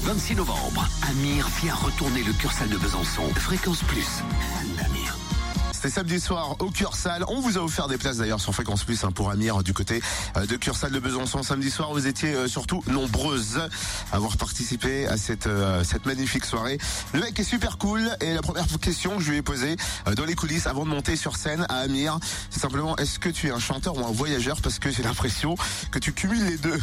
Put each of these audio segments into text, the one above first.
26 novembre, Amir vient retourner le Cursal de Besançon. Fréquence Plus, Amir. C'était samedi soir au Cursal. On vous a offert des places d'ailleurs sur Fréquence Plus pour Amir du côté de Cursal de Besançon. Samedi soir, vous étiez surtout nombreuses à avoir participé à cette magnifique soirée. Le mec est super cool et la première question que je lui ai posée dans les coulisses avant de monter sur scène à Amir, c'est simplement est-ce que tu es un chanteur ou un voyageur, parce que j'ai l'impression que tu cumules les deux.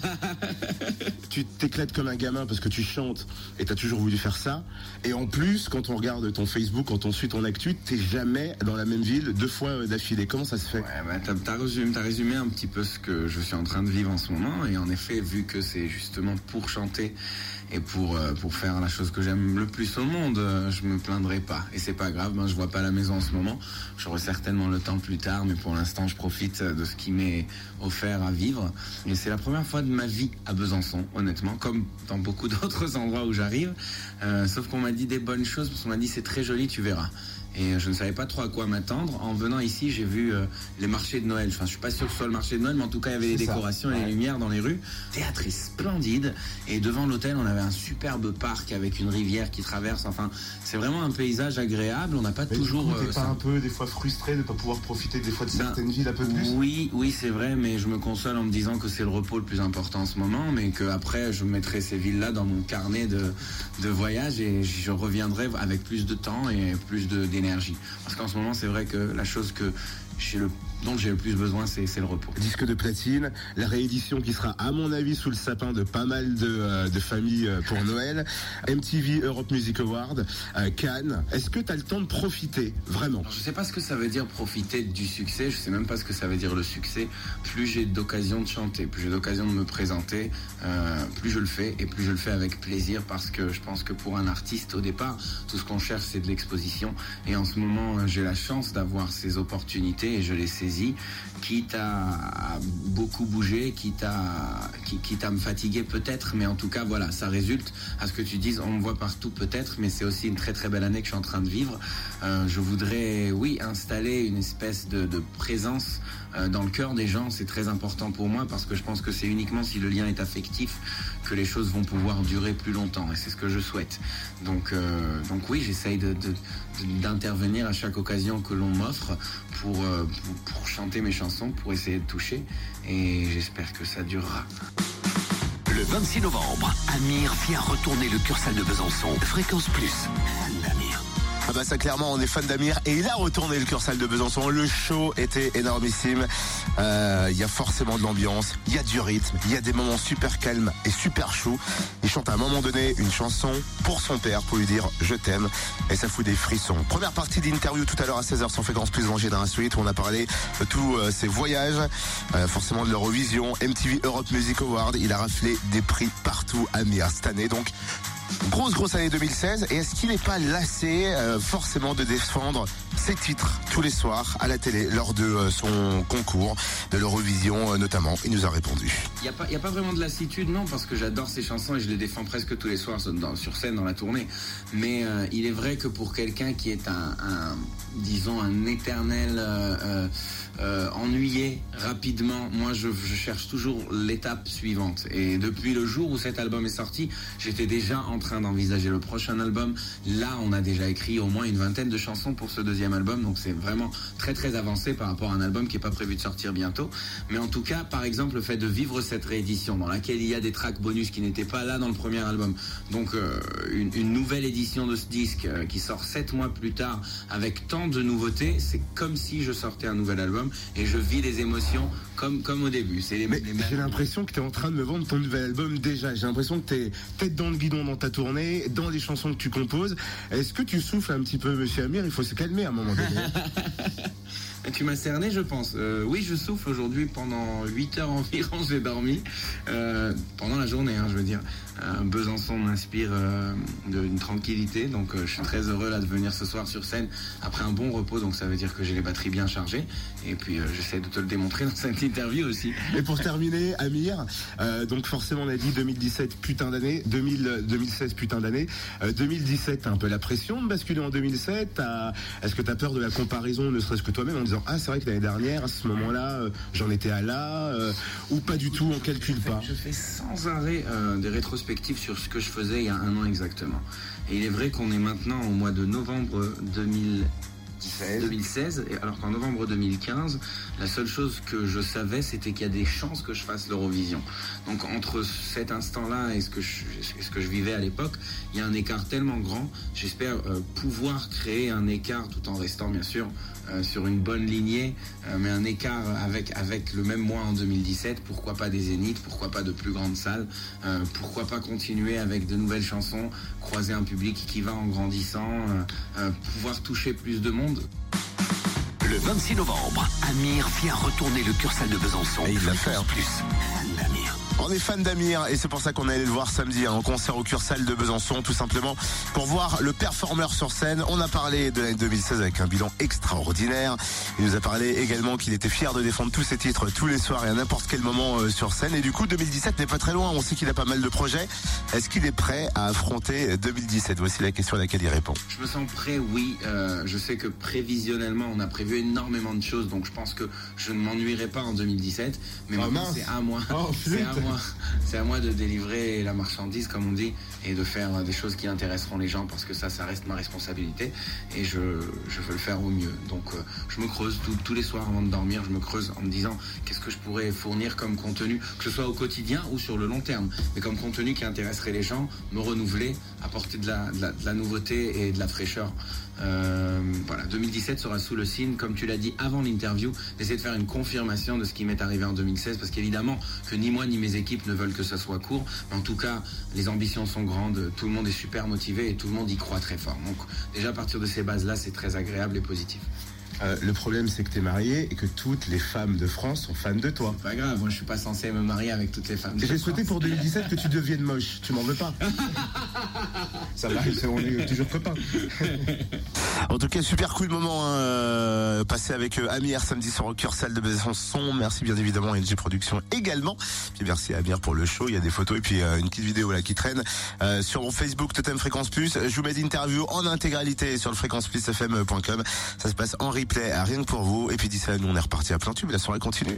Tu t'éclates comme un gamin parce que tu chantes et t'as toujours voulu faire ça. Et en plus, quand on regarde ton Facebook, quand on suit ton actu, t'es jamais dans la même ville 2 fois d'affilée. Comment ça se fait? Ouais, t'as résumé un petit peu ce que je suis en train de vivre en ce moment. Et en effet, vu que c'est justement pour chanter et pour faire la chose que j'aime le plus au monde, je me plaindrai pas. Et c'est pas grave, je vois pas la maison en ce moment. J'aurai certainement le temps plus tard, mais pour l'instant, je profite de ce qui m'est offert à vivre. Et c'est la première fois de ma vie à Besançon, honnêtement, comme dans beaucoup d'autres endroits où j'arrive. Sauf qu'on m'a dit des bonnes choses, parce qu'on m'a dit c'est très joli, tu verras. Et je ne savais pas trop à quoi m'attendre. En venant ici, j'ai vu les marchés de Noël. Enfin, je suis pas sûr que ce soit le marché de Noël, mais en tout cas, il y avait les décorations et les lumières dans les rues. Le théâtre est splendide. Et devant l'hôtel, on avait un superbe parc avec une rivière qui traverse. Enfin, c'est vraiment un paysage agréable. On n'a pas toujours... T'es pas un peu, des fois, frustré de ne pas pouvoir profiter des fois de certaines villes un peu plus? Oui, c'est vrai, mais je me console en me disant que c'est le repos le plus important en ce moment, mais qu'après, je mettrai ces villes-là dans mon carnet de voyage et je reviendrai avec plus de temps et plus d'énergie. Parce qu'en ce moment, c'est vrai que la chose dont j'ai le plus besoin, c'est le repos. Disque de platine, la réédition qui sera à mon avis sous le sapin de pas mal de familles pour Noël, MTV Europe Music Award, Cannes. Est-ce que tu as le temps de profiter, vraiment? Alors, je sais pas ce que ça veut dire profiter du succès, je sais même pas ce que ça veut dire le succès. Plus j'ai d'occasion de chanter, plus j'ai d'occasion de me présenter, plus je le fais, et plus je le fais avec plaisir, parce que je pense que pour un artiste, au départ, tout ce qu'on cherche, c'est de l'exposition. Et en ce moment, j'ai la chance d'avoir ces opportunités et je les saisis, quitte à beaucoup bouger, quitte à me fatiguer peut-être, mais en tout cas voilà, ça résulte à ce que tu dises, on me voit partout peut-être, mais c'est aussi une très très belle année que je suis en train de vivre. Je voudrais installer une espèce de présence dans le cœur des gens. C'est très important pour moi, parce que je pense que c'est uniquement si le lien est affectif que les choses vont pouvoir durer plus longtemps, et c'est ce que je souhaite. Donc oui, j'essaye d'intervenir à chaque occasion que l'on m'offre pour chanter mes chansons, pour essayer de toucher, et j'espère que ça durera. Le 26 novembre, Amir vient retourner le Cursal de Besançon. Fréquence Plus, Amir. Ah bah ça, clairement, on est fan d'Amir et il a retourné le Cursal de Besançon. Le show était énormissime. Il y a forcément de l'ambiance, il y a du rythme, il y a des moments super calmes et super chauds. Il chante à un moment donné une chanson pour son père, pour lui dire je t'aime, et ça fout des frissons. Première partie d'interview tout à l'heure à 16h sur Fréquence Plus Venger dans la suite, où on a parlé de tous ses voyages, forcément de l'Eurovision, MTV Europe Music Award. Il a raflé des prix partout, Amir, cette année. Donc grosse année 2016. Et est-ce qu'il n'est pas lassé forcément de défendre ses titres tous les soirs à la télé lors de son concours de l'Eurovision notamment? Il nous a répondu. Il n'y a pas vraiment de lassitude, non, parce que j'adore ces chansons et je les défends presque tous les soirs sur scène, dans la tournée. Mais il est vrai que pour quelqu'un qui est un éternel ennuyé rapidement, moi je cherche toujours l'étape suivante. Et depuis le jour où cet album est sorti, j'étais déjà en train d'envisager le prochain album. Là, on a déjà écrit au moins une 20aine de chansons pour ce deuxième album, donc c'est vraiment très très avancé par rapport à un album qui n'est pas prévu de sortir bientôt. Mais en tout cas, par exemple, le fait de vivre cette réédition dans laquelle il y a des tracks bonus qui n'étaient pas là dans le premier album, donc une nouvelle édition de ce disque qui sort 7 mois plus tard avec tant de nouveautés, c'est comme si je sortais un nouvel album et je vis des émotions comme au début. J'ai l'impression que tu es en train de me vendre ton nouvel album déjà. J'ai l'impression que tu es tête dans le guidon dans ta tournée, dans les chansons que tu composes. Est-ce que tu souffles un petit peu, monsieur Amir? Il faut se calmer à un moment donné. Tu m'as cerné, je pense. Oui, je souffle aujourd'hui pendant 8 heures environ, j'ai dormi. Pendant la journée, je veux dire. Besançon m'inspire d'une tranquillité, donc je suis très heureux là de venir ce soir sur scène après un bon repos, donc ça veut dire que j'ai les batteries bien chargées, et puis j'essaie de te le démontrer dans cette interview aussi. Et pour terminer, Amir, donc forcément on a dit 2017 putain d'année, 2016 putain d'année, 2017 t'as un peu la pression de basculer en 2007, est-ce que t'as peur de la comparaison, ne serait-ce que toi-même, en disant disant ah c'est vrai que l'année dernière à ce moment-là j'en étais à là ou pas du tout, on calcule pas? Je fais sans arrêt des rétrospectives sur ce que je faisais il y a un an exactement. Et il est vrai qu'on est maintenant au mois de novembre 2016, et alors qu'en novembre 2015, la seule chose que je savais, c'était qu'il y a des chances que je fasse l'Eurovision. Donc entre cet instant-là et ce que je vivais à l'époque, il y a un écart tellement grand. J'espère pouvoir créer un écart tout en restant bien sûr sur une bonne lignée, mais un écart avec le même mois en 2017. Pourquoi pas des zéniths, pourquoi pas de plus grandes salles, pourquoi pas continuer avec de nouvelles chansons, croiser un public qui va en grandissant, pouvoir toucher plus de monde. Le 26 novembre, Amir vient retourner le Cursal de Besançon. Et il l'a fait, plus. Amir. On est fan d'Amir et c'est pour ça qu'on est allé le voir samedi en concert au Cursal de Besançon, tout simplement pour voir le performeur sur scène. On a parlé de l'année 2016 avec un bilan extraordinaire. Il nous a parlé également qu'il était fier de défendre tous ses titres tous les soirs et à n'importe quel moment sur scène. Et du coup, 2017 n'est pas très loin. On sait qu'il a pas mal de projets. Est-ce qu'il est prêt à affronter 2017? Voici la question à laquelle il répond. Je me sens prêt, oui. Je sais que prévisionnellement, on a prévu énormément de choses, donc je pense que je ne m'ennuierai pas en 2017. Mais maintenant, c'est à moi. C'est à moi de délivrer la marchandise, comme on dit, et de faire des choses qui intéresseront les gens, parce que ça reste ma responsabilité, et je veux le faire au mieux. Donc je me creuse tous les soirs avant de dormir, je me creuse en me disant qu'est-ce que je pourrais fournir comme contenu, que ce soit au quotidien ou sur le long terme, mais comme contenu qui intéresserait les gens, me renouveler, apporter de la nouveauté et de la fraîcheur. Voilà, 2017 sera sous le signe, comme tu l'as dit avant l'interview, d'essayer de faire une confirmation de ce qui m'est arrivé en 2016, parce qu'évidemment que ni moi ni mes équipes ne veulent que ça soit court, mais en tout cas les ambitions sont grandes, tout le monde est super motivé et tout le monde y croit très fort. Donc déjà à partir de ces bases là, c'est très agréable et positif. Le problème c'est que tu es marié et que toutes les femmes de France sont fans de toi. C'est pas grave, moi je suis pas censé me marier avec toutes les femmes de France. J'ai souhaité pour 2017 que tu deviennes moche, tu m'en veux pas? Ça va, on est toujours copains. En tout cas, super cool moment passé avec Amir samedi sur Cursal de Besançon. Merci bien évidemment à NG Productions également. Puis merci à Amir pour le show. Il y a des photos et puis une petite vidéo là qui traîne sur mon Facebook Totem Fréquence Plus. Je vous mets l'interview en intégralité sur le fréquenceplusfm.com. Ça se passe en replay, rien que pour vous. Et puis d'ici là, nous on est reparti à plein tube. La soirée continue.